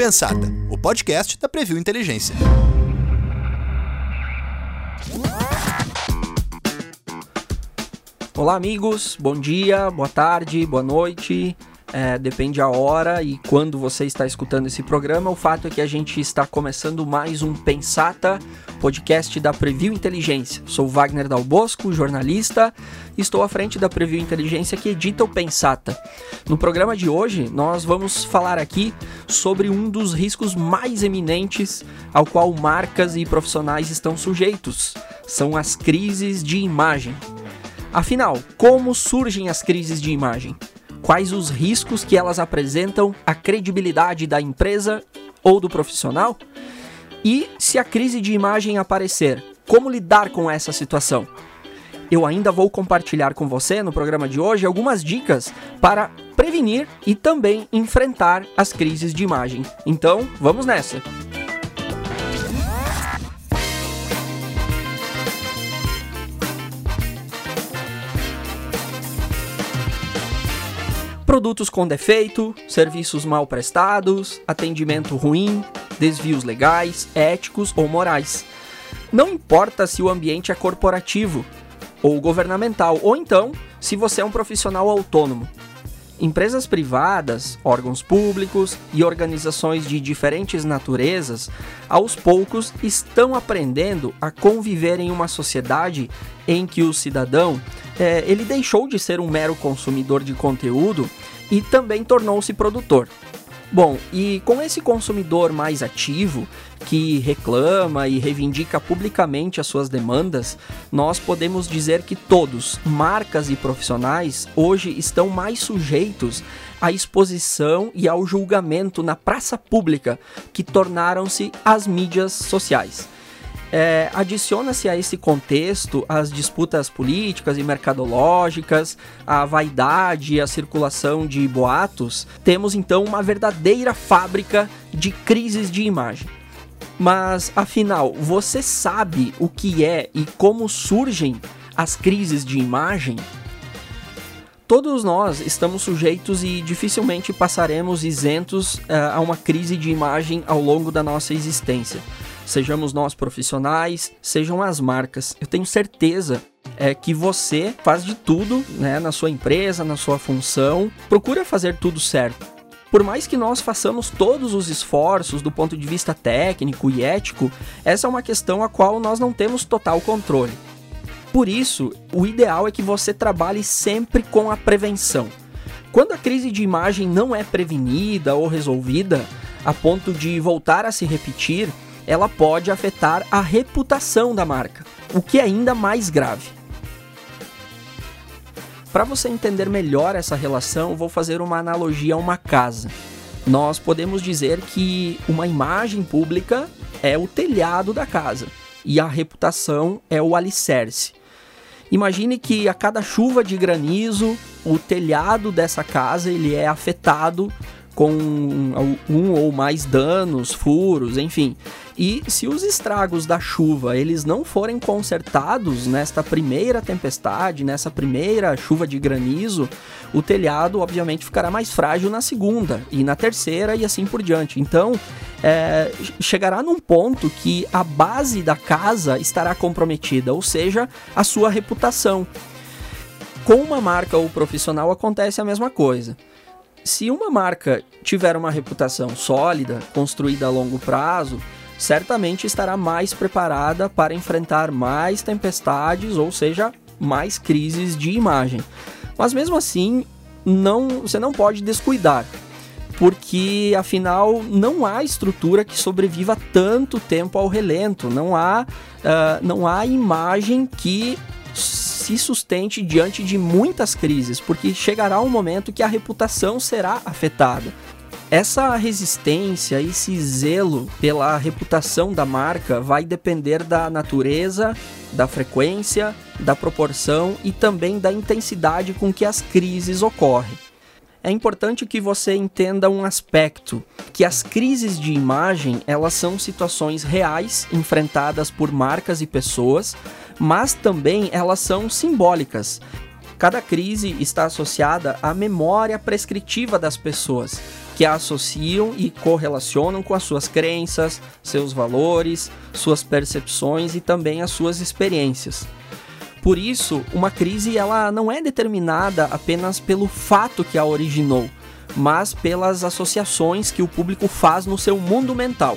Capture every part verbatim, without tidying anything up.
Pensata, o podcast da Preview Inteligência. Olá amigos, bom dia, boa tarde, boa noite, é, depende a hora e quando você está escutando esse programa. O fato é que a gente está começando mais um Pensata, podcast da Preview Inteligência. Sou Wagner Dal Bosco, jornalista, e estou à frente da Preview Inteligência que edita o Pensata. No programa de hoje, nós vamos falar aqui sobre um dos riscos mais eminentes ao qual marcas e profissionais estão sujeitos. São as crises de imagem. Afinal, como surgem as crises de imagem? Quais os riscos que elas apresentam à credibilidade da empresa ou do profissional? E se a crise de imagem aparecer, como lidar com essa situação? Eu ainda vou compartilhar com você no programa de hoje algumas dicas para prevenir e também enfrentar as crises de imagem. Então, vamos nessa! Produtos com defeito, serviços mal prestados, atendimento ruim, desvios legais, éticos ou morais. Não importa se o ambiente é corporativo ou governamental, ou então se você é um profissional autônomo. Empresas privadas, órgãos públicos e organizações de diferentes naturezas, aos poucos estão aprendendo a conviver em uma sociedade em que o cidadão é, ele deixou de ser um mero consumidor de conteúdo e também tornou-se produtor. Bom, e com esse consumidor mais ativo, que reclama e reivindica publicamente as suas demandas, nós podemos dizer que todos, marcas e profissionais, hoje estão mais sujeitos à exposição e ao julgamento na praça pública, que tornaram-se as mídias sociais. É, adiciona-se a esse contexto as disputas políticas e mercadológicas, a vaidade e a circulação de boatos. Temos então uma verdadeira fábrica de crises de imagem. Mas, afinal, você sabe o que é e como surgem as crises de imagem? Todos nós estamos sujeitos e dificilmente passaremos isentos uh, a uma crise de imagem ao longo da nossa existência. Sejamos nós profissionais, sejam as marcas. Eu tenho certeza é, que você faz de tudo, né, na sua empresa, na sua função, procura fazer tudo certo. Por mais que nós façamos todos os esforços do ponto de vista técnico e ético, essa é uma questão a qual nós não temos total controle. Por isso, o ideal é que você trabalhe sempre com a prevenção. Quando a crise de imagem não é prevenida ou resolvida, a ponto de voltar a se repetir, ela pode afetar a reputação da marca, o que é ainda mais grave. Para você entender melhor essa relação, vou fazer uma analogia a uma casa. Nós podemos dizer que uma imagem pública é o telhado da casa e a reputação é o alicerce. Imagine que a cada chuva de granizo, o telhado dessa casa ele é afetado com um ou mais danos, furos, enfim. E se os estragos da chuva eles não forem consertados nesta primeira tempestade, nessa primeira chuva de granizo, o telhado obviamente ficará mais frágil na segunda e na terceira e assim por diante. Então, é, chegará num ponto que a base da casa estará comprometida, ou seja, a sua reputação. Com uma marca ou profissional acontece a mesma coisa. Se uma marca tiver uma reputação sólida, construída a longo prazo, certamente estará mais preparada para enfrentar mais tempestades, ou seja, mais crises de imagem. Mas mesmo assim, não, você não pode descuidar, porque afinal não há estrutura que sobreviva tanto tempo ao relento, não há, uh, não há imagem que se sustente diante de muitas crises, porque chegará um momento que a reputação será afetada. Essa resistência, esse zelo pela reputação da marca vai depender da natureza, da frequência, da proporção e também da intensidade com que as crises ocorrem. É importante que você entenda um aspecto, que as crises de imagem, elas são situações reais enfrentadas por marcas e pessoas, mas também elas são simbólicas. Cada crise está associada à memória prescritiva das pessoas, que a associam e correlacionam com as suas crenças, seus valores, suas percepções e também as suas experiências. Por isso, uma crise ela não é determinada apenas pelo fato que a originou, mas pelas associações que o público faz no seu mundo mental.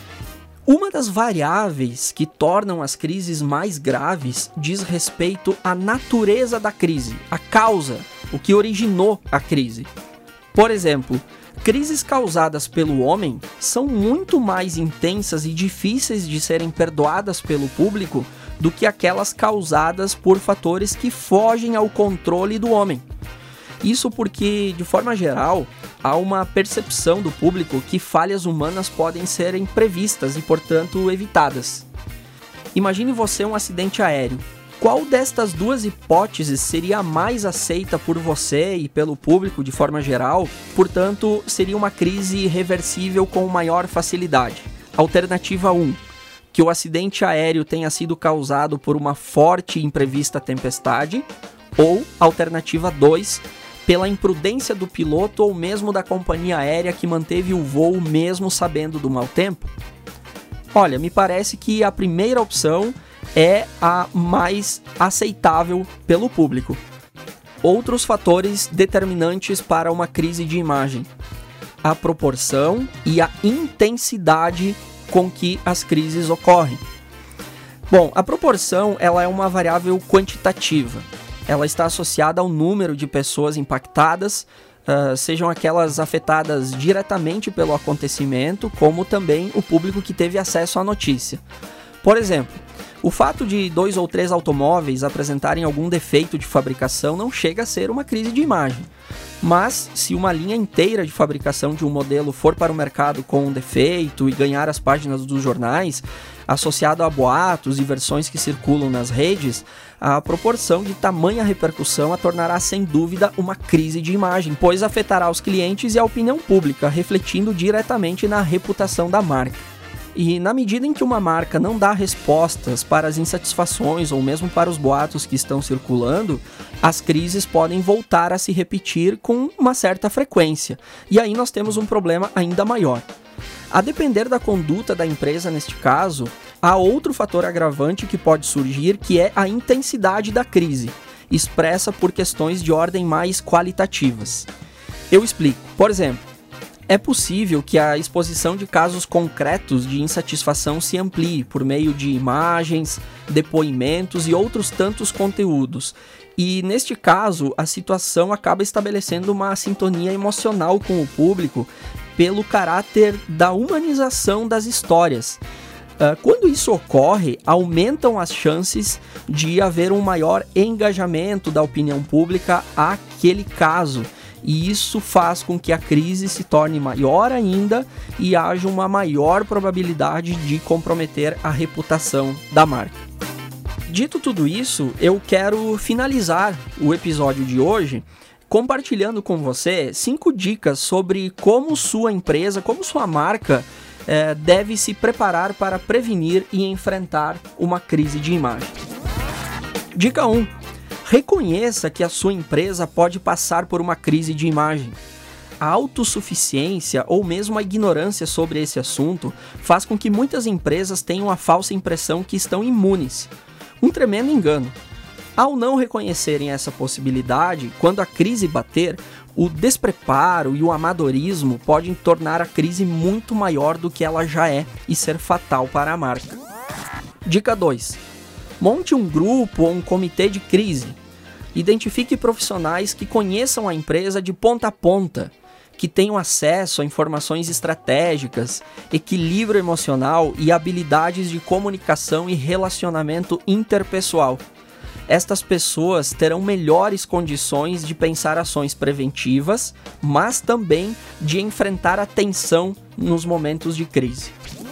Uma das variáveis que tornam as crises mais graves diz respeito à natureza da crise, a causa, o que originou a crise. Por exemplo, crises causadas pelo homem são muito mais intensas e difíceis de serem perdoadas pelo público do que aquelas causadas por fatores que fogem ao controle do homem. Isso porque, de forma geral, há uma percepção do público que falhas humanas podem serem previstas e, portanto, evitadas. Imagine você um acidente aéreo. Qual destas duas hipóteses seria a mais aceita por você e pelo público de forma geral? Portanto, seria uma crise reversível com maior facilidade. Alternativa um. Que o acidente aéreo tenha sido causado por uma forte e imprevista tempestade. Ou, alternativa dois. Pela imprudência do piloto ou mesmo da companhia aérea que manteve o voo mesmo sabendo do mau tempo? Olha, me parece que a primeira opção é a mais aceitável pelo público. Outros fatores determinantes para uma crise de imagem: a proporção e a intensidade com que as crises ocorrem. Bom, a proporção ela é uma variável quantitativa. Ela está associada ao número de pessoas impactadas, uh, sejam aquelas afetadas diretamente pelo acontecimento, como também o público que teve acesso à notícia. Por exemplo, o fato de dois ou três automóveis apresentarem algum defeito de fabricação não chega a ser uma crise de imagem. Mas, se uma linha inteira de fabricação de um modelo for para o mercado com um defeito e ganhar as páginas dos jornais, associado a boatos e versões que circulam nas redes, a proporção de tamanha repercussão a tornará sem dúvida uma crise de imagem, pois afetará os clientes e a opinião pública, refletindo diretamente na reputação da marca. E na medida em que uma marca não dá respostas para as insatisfações ou mesmo para os boatos que estão circulando, as crises podem voltar a se repetir com uma certa frequência. E aí nós temos um problema ainda maior. A depender da conduta da empresa neste caso, há outro fator agravante que pode surgir, que é a intensidade da crise, expressa por questões de ordem mais qualitativas. Eu explico. Por exemplo, é possível que a exposição de casos concretos de insatisfação se amplie por meio de imagens, depoimentos e outros tantos conteúdos. E neste caso, a situação acaba estabelecendo uma sintonia emocional com o público pelo caráter da humanização das histórias. Uh, quando isso ocorre, aumentam as chances de haver um maior engajamento da opinião pública àquele caso. E isso faz com que a crise se torne maior ainda e haja uma maior probabilidade de comprometer a reputação da marca. Dito tudo isso, eu quero finalizar o episódio de hoje compartilhando com você cinco dicas sobre como sua empresa, como sua marca eh, deve se preparar para prevenir e enfrentar uma crise de imagem. Dica um. Reconheça que a sua empresa pode passar por uma crise de imagem. A autossuficiência ou mesmo a ignorância sobre esse assunto faz com que muitas empresas tenham a falsa impressão que estão imunes. Um tremendo engano. Ao não reconhecerem essa possibilidade, quando a crise bater, o despreparo e o amadorismo podem tornar a crise muito maior do que ela já é e ser fatal para a marca. Dica dois. Monte um grupo ou um comitê de crise. Identifique profissionais que conheçam a empresa de ponta a ponta, que tenham acesso a informações estratégicas, equilíbrio emocional e habilidades de comunicação e relacionamento interpessoal. Estas pessoas terão melhores condições de pensar ações preventivas, mas também de enfrentar a tensão nos momentos de crise.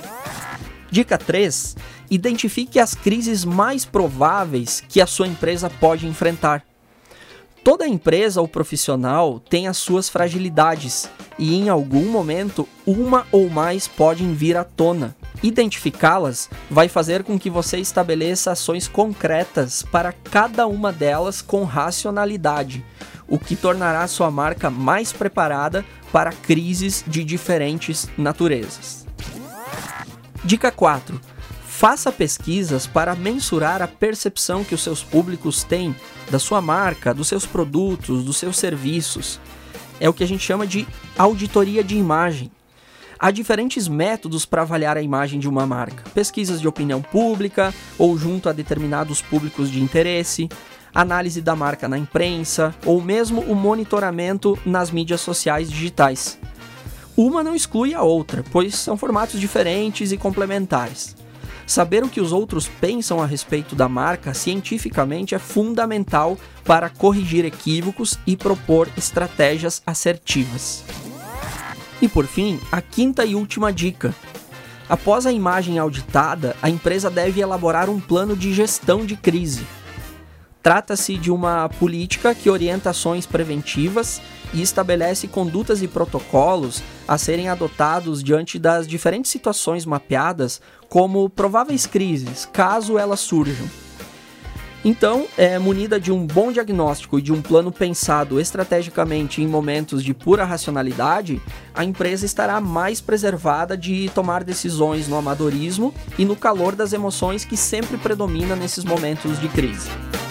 Dica três. Identifique as crises mais prováveis que a sua empresa pode enfrentar. Toda empresa ou profissional tem as suas fragilidades e em algum momento uma ou mais podem vir à tona. Identificá-las vai fazer com que você estabeleça ações concretas para cada uma delas com racionalidade, o que tornará sua marca mais preparada para crises de diferentes naturezas. Dica quatro. Faça pesquisas para mensurar a percepção que os seus públicos têm da sua marca, dos seus produtos, dos seus serviços. É o que a gente chama de auditoria de imagem. Há diferentes métodos para avaliar a imagem de uma marca. Pesquisas de opinião pública ou junto a determinados públicos de interesse, análise da marca na imprensa ou mesmo o monitoramento nas mídias sociais digitais. Uma não exclui a outra, pois são formatos diferentes e complementares. Saber o que os outros pensam a respeito da marca cientificamente é fundamental para corrigir equívocos e propor estratégias assertivas. E por fim, a quinta e última dica. Após a imagem auditada, a empresa deve elaborar um plano de gestão de crise. Trata-se de uma política que orienta ações preventivas e estabelece condutas e protocolos a serem adotados diante das diferentes situações mapeadas como prováveis crises, caso elas surjam. Então, é, munida de um bom diagnóstico e de um plano pensado estrategicamente em momentos de pura racionalidade, a empresa estará mais preservada de tomar decisões no amadorismo e no calor das emoções que sempre predomina nesses momentos de crise.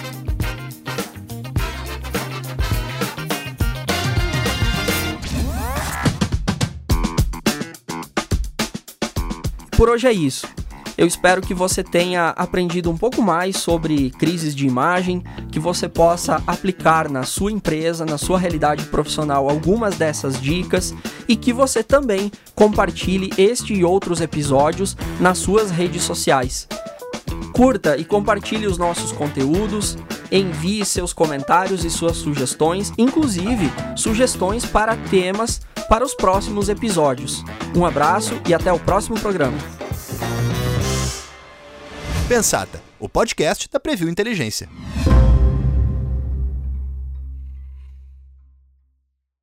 Por hoje é isso. Eu espero que você tenha aprendido um pouco mais sobre crises de imagem, que você possa aplicar na sua empresa, na sua realidade profissional algumas dessas dicas e que você também compartilhe este e outros episódios nas suas redes sociais. Curta e compartilhe os nossos conteúdos, envie seus comentários e suas sugestões, inclusive sugestões para temas para os próximos episódios. Um abraço e até o próximo programa. Pensata, o podcast da Preview Inteligência.